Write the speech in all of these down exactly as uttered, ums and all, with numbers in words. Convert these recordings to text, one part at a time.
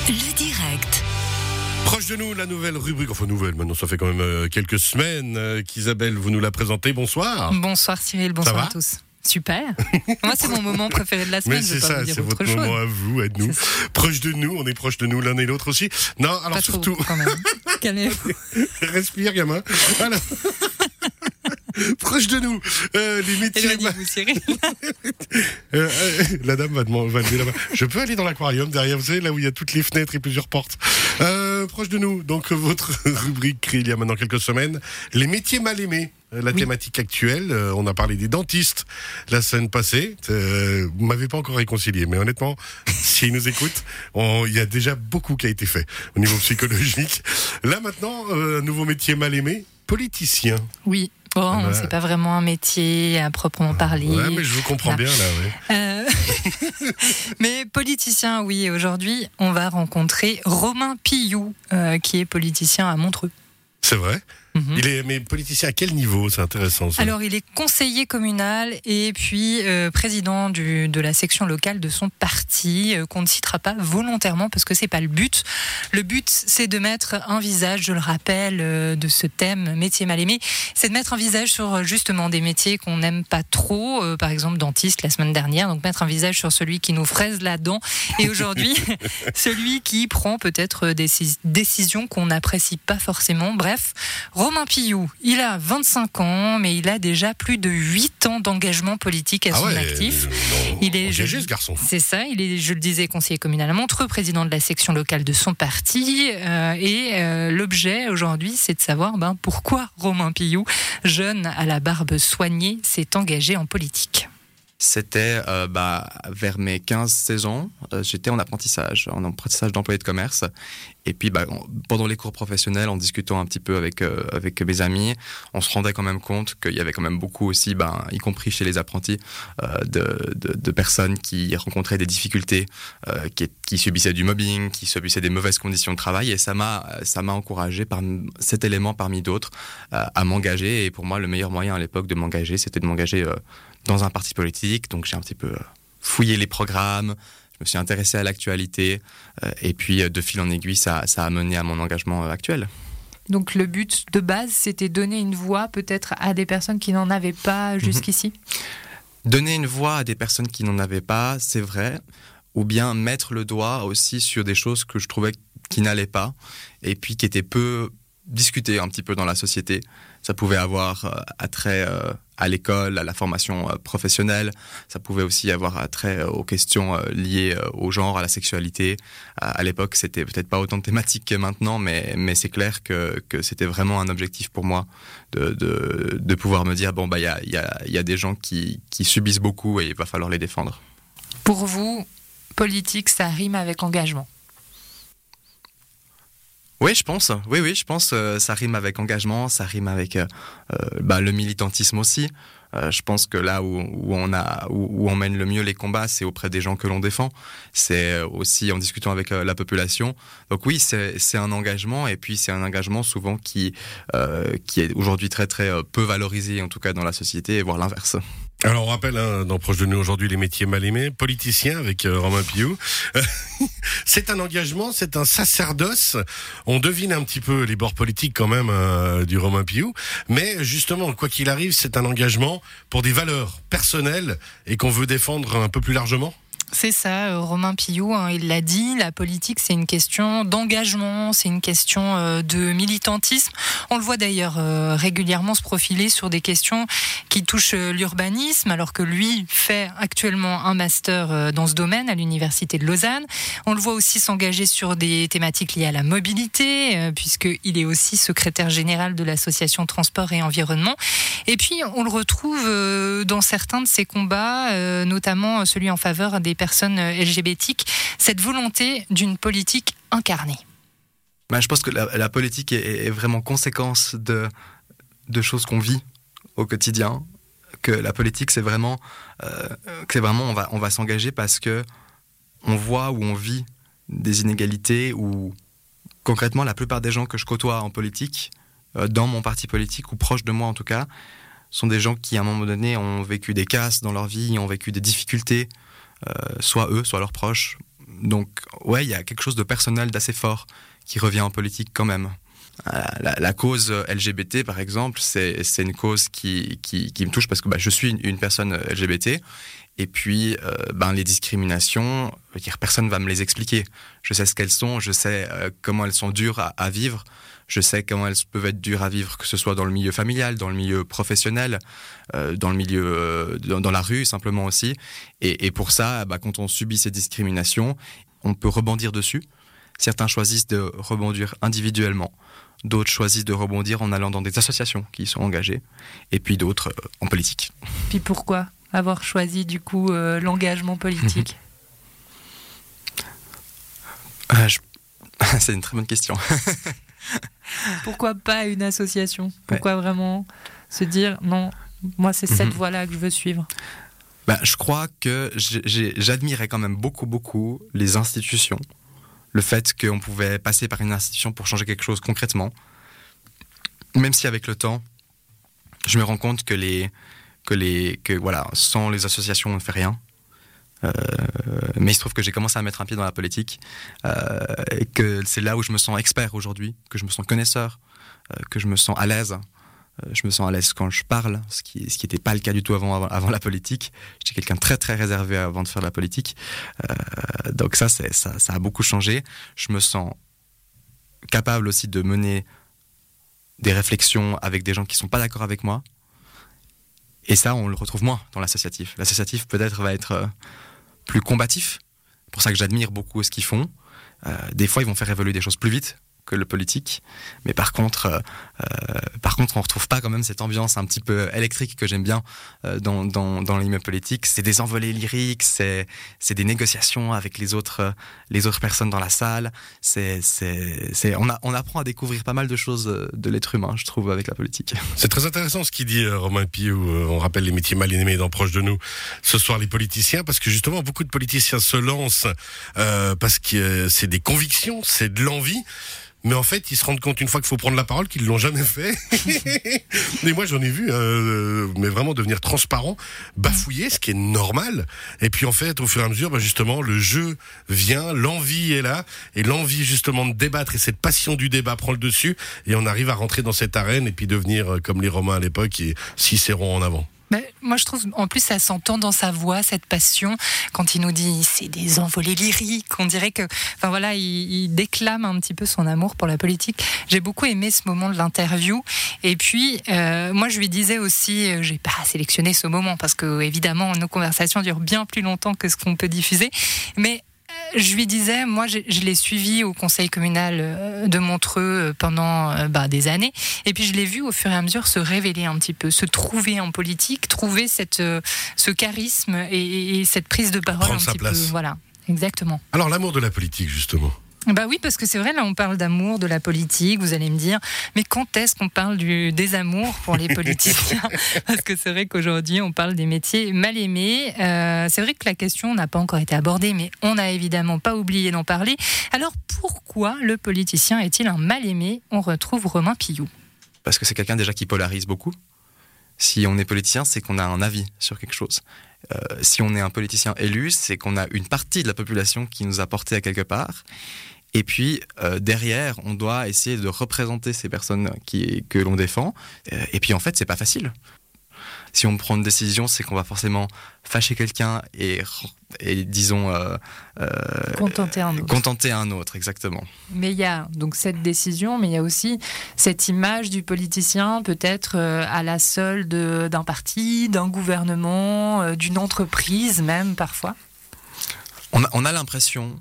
Le direct. Proche de nous, la nouvelle rubrique, enfin nouvelle, maintenant ça fait quand même euh, quelques semaines euh, qu'Isabelle, vous nous la présentez. Bonsoir. Bonsoir Cyril, bonsoir à tous. Super. Moi, c'est mon moment préféré de la semaine. Mais c'est je vais pas ça, vous dire c'est autre votre chose. moment à vous, à nous. Proche de nous, on est proche de nous l'un et l'autre aussi. Non, alors Pas surtout. trop, quand même. Calmez-vous. Respire, gamin. Voilà. Proche de nous, euh, les métiers. Éloignez-vous, Cyril. Euh, euh, la dame va, demander, va lever là-bas. Je peux aller dans l'aquarium derrière, vous savez, là où il y a toutes les fenêtres et plusieurs portes. Euh, proche de nous, donc votre rubrique créée il y a maintenant quelques semaines, les métiers mal aimés. La oui. Thématique actuelle, euh, on a parlé des dentistes la semaine passée. Euh, vous m'avez pas encore réconcilié, mais honnêtement, s'ils nous écoutent, il y a déjà beaucoup qui a été fait au niveau psychologique. Là maintenant, euh, un nouveau métier mal aimé, politicien. Oui. Bon, bah, c'est pas vraiment un métier à proprement parler. Ouais, mais je vous comprends là. bien là. Ouais. Euh... mais politicien, oui. Aujourd'hui, on va rencontrer Romain Pillou, euh, qui est politicien à Montreux. C'est vrai. Mm-hmm. Il est mais politicien à quel niveau? C'est intéressant ça. Alors il est conseiller communal et puis euh, président du, de la section locale de son parti euh, qu'on ne citera pas volontairement parce que c'est pas le but. Le but c'est de mettre un visage, je le rappelle, euh, de ce thème métier mal aimé, c'est de mettre un visage sur justement des métiers qu'on n'aime pas trop, euh, par exemple dentiste la semaine dernière, donc mettre un visage sur celui qui nous fraise la dent et aujourd'hui celui qui prend peut-être des décisions qu'on n'apprécie pas forcément. Bref, Romain Pillou, il a vingt-cinq ans, mais il a déjà plus de huit ans d'engagement politique à ah son ouais, actif. Non, il est engagé, je, ce garçon. C'est ça, il est, je le disais, conseiller communal à Montreux, président de la section locale de son parti. Euh, et euh, l'objet aujourd'hui, c'est de savoir ben, pourquoi Romain Pillou, jeune à la barbe soignée, s'est engagé en politique. C'était euh, bah, vers mes quinze seize ans, euh, j'étais en apprentissage, en apprentissage d'employé de commerce. Et puis bah, on, pendant les cours professionnels, en discutant un petit peu avec, euh, avec mes amis, on se rendait quand même compte qu'il y avait quand même beaucoup aussi, bah, y compris chez les apprentis, euh, de, de, de personnes qui rencontraient des difficultés, euh, qui, qui subissaient du mobbing, qui subissaient des mauvaises conditions de travail. Et ça m'a, ça m'a encouragé, par cet élément parmi d'autres, euh, à m'engager. Et pour moi, le meilleur moyen à l'époque de m'engager, c'était de m'engager euh, dans un parti politique. Donc j'ai un petit peu fouillé les programmes, je me suis intéressé à l'actualité euh, et puis euh, de fil en aiguille, ça, ça a mené à mon engagement euh, actuel. Donc le but de base, c'était donner une voix peut-être à des personnes qui n'en avaient pas jusqu'ici. Mmh. Donner une voix à des personnes qui n'en avaient pas, c'est vrai, ou bien mettre le doigt aussi sur des choses que je trouvais qui n'allaient pas et puis qui étaient peu discutées un petit peu dans la société. Ça pouvait avoir euh, attrait euh, à l'école, à la formation euh, professionnelle. Ça pouvait aussi avoir attrait euh, aux questions euh, liées euh, au genre, à la sexualité. À, à l'époque, c'était peut-être pas autant de thématiques que maintenant, mais, mais c'est clair que, que c'était vraiment un objectif pour moi de, de, de pouvoir me dire, bon, bah, il y a, y a, y a des gens qui, qui subissent beaucoup et il va falloir les défendre. Pour vous, politique, ça rime avec engagement? Oui, je pense. Oui, oui, je pense. Euh, ça rime avec engagement, ça rime avec euh, euh, bah, le militantisme aussi. Euh, je pense que là où, où on a, où, où on mène le mieux les combats, c'est auprès des gens que l'on défend. C'est aussi en discutant avec euh, la population. Donc oui, c'est, c'est un engagement, et puis c'est un engagement souvent qui, euh, qui est aujourd'hui très très peu valorisé, en tout cas dans la société, voire l'inverse. Alors on rappelle, hein, dans Proche de nous aujourd'hui, les métiers mal aimés, politicien avec euh, Romain Pillou. C'est un engagement, c'est un sacerdoce. On devine un petit peu les bords politiques quand même euh, du Romain Pillou, mais justement, quoi qu'il arrive, c'est un engagement pour des valeurs personnelles et qu'on veut défendre un peu plus largement. C'est ça, euh, Romain Pillou, hein, il l'a dit, la politique c'est une question d'engagement, c'est une question euh, de militantisme. On le voit d'ailleurs euh, régulièrement se profiler sur des questions qui touchent euh, l'urbanisme, alors que lui fait actuellement un master euh, dans ce domaine à l'université de Lausanne. On le voit aussi s'engager sur des thématiques liées à la mobilité, euh, puisqu'il est aussi secrétaire général de l'association Transport et Environnement. Et puis on le retrouve euh, dans certains de ses combats, euh, notamment celui en faveur des personnes L G B T, cette volonté d'une politique incarnée. Ben, je pense que la, la politique est, est vraiment conséquence de, de choses qu'on vit au quotidien. Que la politique, c'est vraiment, euh, que c'est vraiment on va, on va s'engager parce que on voit ou on vit des inégalités, ou concrètement, la plupart des gens que je côtoie en politique, euh, dans mon parti politique, ou proche de moi en tout cas, sont des gens qui, à un moment donné, ont vécu des casses dans leur vie, ont vécu des difficultés, Euh, soit eux, soit leurs proches. Donc ouais, il y a quelque chose de personnel, d'assez fort qui revient en politique quand même. La, la cause L G B T, par exemple, c'est, c'est une cause qui, qui, qui me touche parce que bah, je suis une, une personne L G B T. Et puis, euh, ben, les discriminations, personne ne va me les expliquer. Je sais ce qu'elles sont, je sais euh, comment elles sont dures à, à vivre. Je sais comment elles peuvent être dures à vivre, que ce soit dans le milieu familial, dans le milieu professionnel, euh, dans le milieu, euh, dans, dans la rue simplement aussi. Et, et pour ça, bah, quand on subit ces discriminations, on peut rebondir dessus. Certains choisissent de rebondir individuellement. D'autres choisissent de rebondir en allant dans des associations qui y sont engagées. Et puis d'autres euh, en politique. Puis pourquoi avoir choisi du coup euh, l'engagement politique ? euh, je... C'est une très bonne question. Pourquoi pas une association ? Pourquoi ouais. vraiment se dire non, moi c'est cette mm-hmm. voie-là que je veux suivre ? Ben, je crois que j'ai, j'admirais quand même beaucoup, beaucoup les institutions. Le fait qu'on pouvait passer par une institution pour changer quelque chose concrètement. Même si avec le temps, je me rends compte que, les, que, les, que voilà, sans les associations, on ne fait rien. Euh, mais il se trouve que j'ai commencé à mettre un pied dans la politique euh, et que c'est là où je me sens expert aujourd'hui, que je me sens connaisseur, euh, que je me sens à l'aise. Euh, je me sens à l'aise quand je parle, ce qui ce qui n'était pas le cas du tout avant, avant, avant la politique. J'étais quelqu'un de très très réservé avant de faire de la politique. Euh, donc ça, c'est, ça, ça a beaucoup changé. Je me sens capable aussi de mener des réflexions avec des gens qui ne sont pas d'accord avec moi. Et ça, on le retrouve moins dans l'associatif. L'associatif peut-être va être... Euh, plus combatifs. C'est pour ça que j'admire beaucoup ce qu'ils font. Euh, des fois, ils vont faire évoluer des choses plus vite que le politique. Mais par contre, euh, euh, par contre, on ne retrouve pas quand même cette ambiance un petit peu électrique que j'aime bien euh, dans, dans, dans l'immeuble politique. C'est des envolées lyriques, c'est, c'est des négociations avec les autres, les autres personnes dans la salle. C'est, c'est, c'est, on, a, on apprend à découvrir pas mal de choses de l'être humain, je trouve, avec la politique. C'est très intéressant ce qu'il dit, euh, Romain Pillaud. Euh, on rappelle les métiers mal aimés dans Proche de nous. Ce soir, les politiciens, parce que justement, beaucoup de politiciens se lancent euh, parce que euh, c'est des convictions, c'est de l'envie. Mais en fait, ils se rendent compte une fois qu'il faut prendre la parole qu'ils l'ont jamais fait. Et moi, j'en ai vu, euh, mais vraiment devenir transparent, bafouiller, ce qui est normal. Et puis en fait, au fur et à mesure, bah, justement, le jeu vient, l'envie est là, et l'envie justement de débattre et cette passion du débat prend le dessus, et on arrive à rentrer dans cette arène et puis devenir euh, comme les Romains à l'époque et Cicéron en avant. Mais moi, je trouve, en plus, ça s'entend dans sa voix, cette passion. Quand il nous dit, c'est des envolées lyriques, on dirait que, enfin voilà, il, il déclame un petit peu son amour pour la politique. J'ai beaucoup aimé ce moment de l'interview. Et puis, euh, moi, je lui disais aussi, euh, j'ai pas sélectionné ce moment parce que, évidemment, nos conversations durent bien plus longtemps que ce qu'on peut diffuser. Mais je lui disais, moi, je, je l'ai suivi au conseil communal de Montreux pendant bah, des années. Et puis, je l'ai vu au fur et à mesure se révéler un petit peu, se trouver en politique, trouver cette, ce charisme et, et cette prise de parole. Prendre un sa petit place. peu. Voilà, exactement. Alors, l'amour de la politique, justement. Bah oui, parce que c'est vrai, là, on parle d'amour, de la politique. Vous allez me dire, mais quand est-ce qu'on parle du désamour pour les politiciens ? Parce que c'est vrai qu'aujourd'hui, on parle des métiers mal aimés. Euh, c'est vrai que la question n'a pas encore été abordée, mais on n'a évidemment pas oublié d'en parler. Alors, pourquoi le politicien est-il un mal aimé ? On retrouve Romain Pillaud. Parce que c'est quelqu'un déjà qui polarise beaucoup. Si on est politicien, c'est qu'on a un avis sur quelque chose. Euh, si on est un politicien élu, c'est qu'on a une partie de la population qui nous a porté à quelque part. Et puis, euh, derrière, on doit essayer de représenter ces personnes qui, que l'on défend. Euh, et puis, en fait, c'est pas facile. Si on prend une décision, c'est qu'on va forcément fâcher quelqu'un et, et disons... Euh, euh, contenter un autre. Contenter un autre, exactement. Mais il y a donc cette décision, mais il y a aussi cette image du politicien, peut-être euh, à la solde d'un parti, d'un gouvernement, euh, d'une entreprise même, parfois. On a, on a l'impression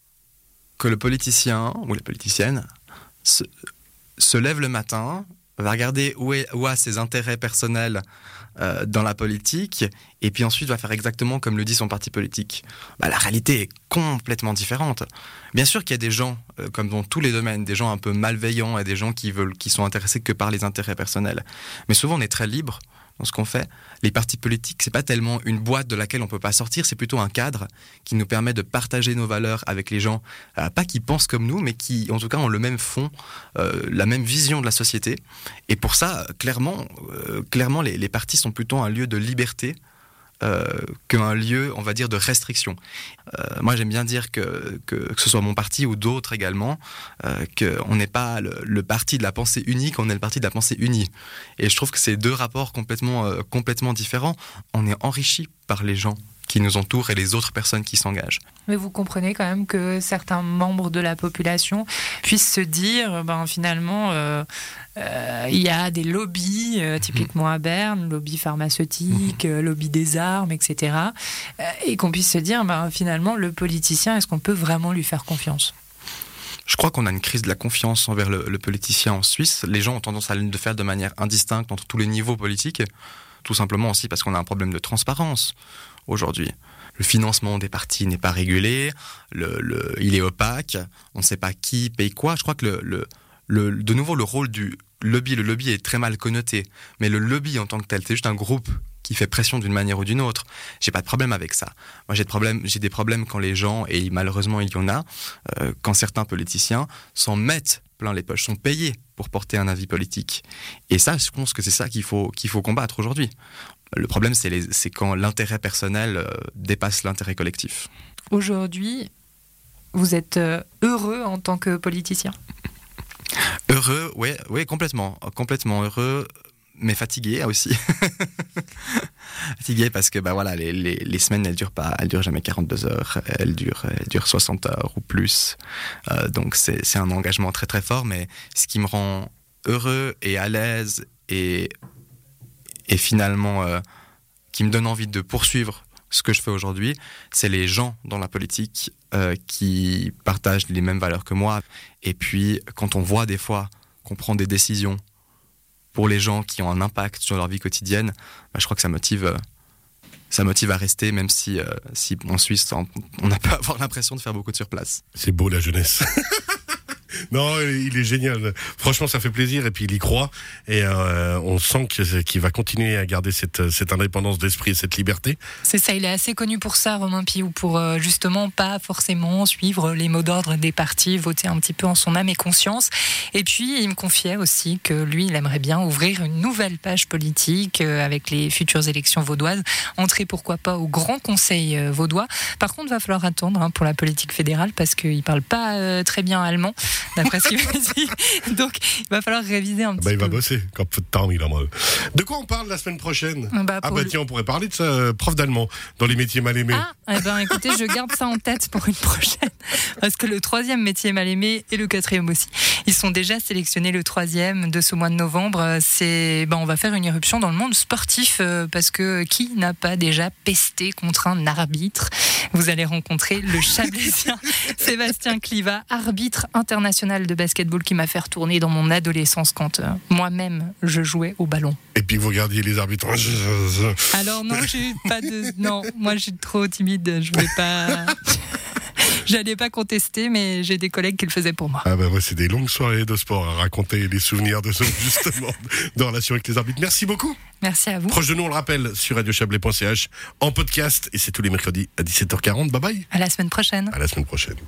que le politicien ou la politicienne se, se lève le matin, va regarder où, est, où a ses intérêts personnels euh, dans la politique, et puis ensuite va faire exactement comme le dit son parti politique. Bah, la réalité est complètement différente. Bien sûr qu'il y a des gens, euh, comme dans tous les domaines, des gens un peu malveillants et des gens qui, veulent, qui sont intéressés que par les intérêts personnels. Mais souvent on est très libre dans ce qu'on fait. Les partis politiques, c'est pas tellement une boîte de laquelle on peut pas sortir, c'est plutôt un cadre qui nous permet de partager nos valeurs avec les gens, euh, pas qui pensent comme nous, mais qui, en tout cas, ont le même fond, euh, la même vision de la société. Et pour ça, clairement, euh, clairement les, les partis sont plutôt un lieu de liberté euh, qu'un lieu, on va dire, de restriction. Euh, moi, j'aime bien dire que, que, que ce soit mon parti ou d'autres également, euh, qu'on n'est pas le, le parti de la pensée unique, on est le parti de la pensée unie. Et je trouve que c'est deux rapports complètement, euh, complètement différents. On est enrichi par les gens qui nous entourent et les autres personnes qui s'engagent. Mais vous comprenez quand même que certains membres de la population puissent se dire, ben, finalement, euh, euh, il y a des lobbies, euh, typiquement à Berne, lobby pharmaceutique, euh, lobby des armes, et cetera. Euh, et qu'on puisse se dire, ben, finalement, le politicien, est-ce qu'on peut vraiment lui faire confiance ? Je crois qu'on a une crise de la confiance envers le, le politicien en Suisse. Les gens ont tendance à le faire de manière indistincte entre tous les niveaux politiques, tout simplement aussi parce qu'on a un problème de transparence aujourd'hui. Le financement des partis n'est pas régulé, le, le, il est opaque, on ne sait pas qui paye quoi. Je crois que le, le, le, de nouveau, le rôle du lobby, le lobby est très mal connoté, mais le lobby en tant que tel, c'est juste un groupe qui fait pression d'une manière ou d'une autre. J'ai pas de problème avec ça. Moi, j'ai, de problème, j'ai des problèmes quand les gens, et malheureusement il y en a, euh, quand certains politiciens s'en mettent plein les poches, sont payés pour porter un avis politique. Et ça, je pense que c'est ça qu'il faut, qu'il faut combattre aujourd'hui. Le problème, c'est, les, c'est quand l'intérêt personnel euh, dépasse l'intérêt collectif. Aujourd'hui, vous êtes euh, heureux en tant que politicien ? Heureux, oui, ouais, complètement. Complètement heureux, mais fatigué aussi. Fatigué parce que bah, voilà, les, les, les semaines, elles ne durent pas, elles durent jamais quarante-deux heures, elles durent, elles durent soixante heures ou plus. Euh, donc c'est, c'est un engagement très très fort, mais ce qui me rend heureux et à l'aise et Et finalement, euh, qui me donne envie de poursuivre ce que je fais aujourd'hui, c'est les gens dans la politique euh, qui partagent les mêmes valeurs que moi. Et puis, quand on voit des fois qu'on prend des décisions pour les gens qui ont un impact sur leur vie quotidienne, bah, je crois que ça motive, euh, ça motive à rester, même si, euh, si en Suisse, on, on a peut avoir l'impression de faire beaucoup de surplace. C'est beau la jeunesse. Non, il est génial. Franchement, ça fait plaisir et puis il y croit et euh, on sent qu'il va continuer à garder cette, cette indépendance d'esprit et cette liberté. C'est ça, il est assez connu pour ça, Romain Piou, pour euh, justement pas forcément suivre les mots d'ordre des partis, voter un petit peu en son âme et conscience. Et puis, il me confiait aussi que lui, il aimerait bien ouvrir une nouvelle page politique euh, avec les futures élections vaudoises, entrer pourquoi pas au Grand Conseil euh, vaudois. Par contre, il va falloir attendre hein, pour la politique fédérale parce qu'il parle pas euh, très bien allemand. D'après ce qu'il m'a dit. Donc, il va falloir réviser un petit bah, peu. Il va bosser. Quand peu de temps, il a mal. De quoi on parle la semaine prochaine ? bah, Ah bah le... tiens, on pourrait parler de ça, euh, prof d'allemand, dans les métiers mal aimés. Ah, eh ben écoutez, je garde ça en tête pour une prochaine. Parce que le troisième métier mal aimé et le quatrième aussi. Ils sont déjà sélectionnés le troisième de ce mois de novembre. C'est, ben, on va faire une éruption dans le monde sportif euh, parce que qui n'a pas déjà pesté contre un arbitre ? Vous allez rencontrer le Chablaisien Sébastien Cliva, arbitre international de basketball qui m'a fait retourner dans mon adolescence quand euh, moi-même je jouais au ballon. Et puis vous regardiez les arbitres. Alors non, j'ai pas de... Non, moi je suis trop timide, je voulais pas... J'allais pas contester, mais j'ai des collègues qui le faisaient pour moi. Ah bah ouais, c'est des longues soirées de sport à raconter les souvenirs de ce justement de relation avec les arbitres. Merci beaucoup. Merci à vous. Proche de nous, on le rappelle, sur radio chablais point c h en podcast et c'est tous les mercredis à dix-sept heures quarante. Bye bye. À la semaine prochaine. À la semaine prochaine.